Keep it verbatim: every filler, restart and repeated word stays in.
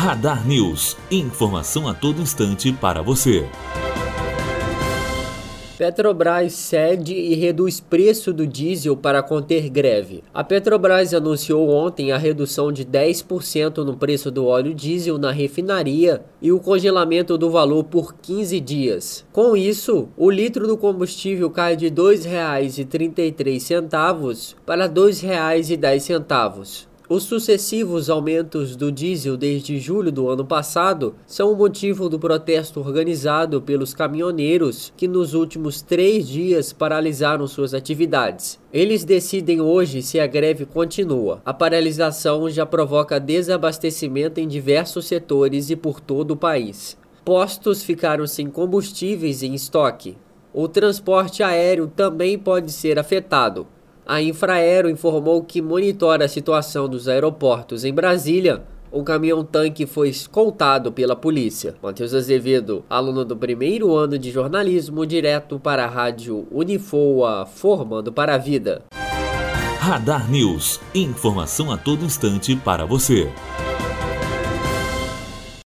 Radar News. Informação a todo instante para você. Petrobras cede e reduz preço do diesel para conter greve. A Petrobras anunciou ontem a redução de dez por cento no preço do óleo diesel na refinaria e o congelamento do valor por quinze dias. Com isso, o litro do combustível cai de dois reais e trinta e três centavos para dois reais e dez centavos. Os sucessivos aumentos do diesel desde julho do ano passado são o motivo do protesto organizado pelos caminhoneiros que nos últimos três dias paralisaram suas atividades. Eles decidem hoje se a greve continua. A paralisação já provoca desabastecimento em diversos setores e por todo o país. Postos ficaram sem combustíveis em estoque. O transporte aéreo também pode ser afetado. A Infraero informou que monitora a situação dos aeroportos em Brasília. O caminhão-tanque foi escoltado pela polícia. Matheus Azevedo, aluno do primeiro ano de jornalismo, direto para a rádio Unifoa, formando para a vida. Radar News. Informação a todo instante para você.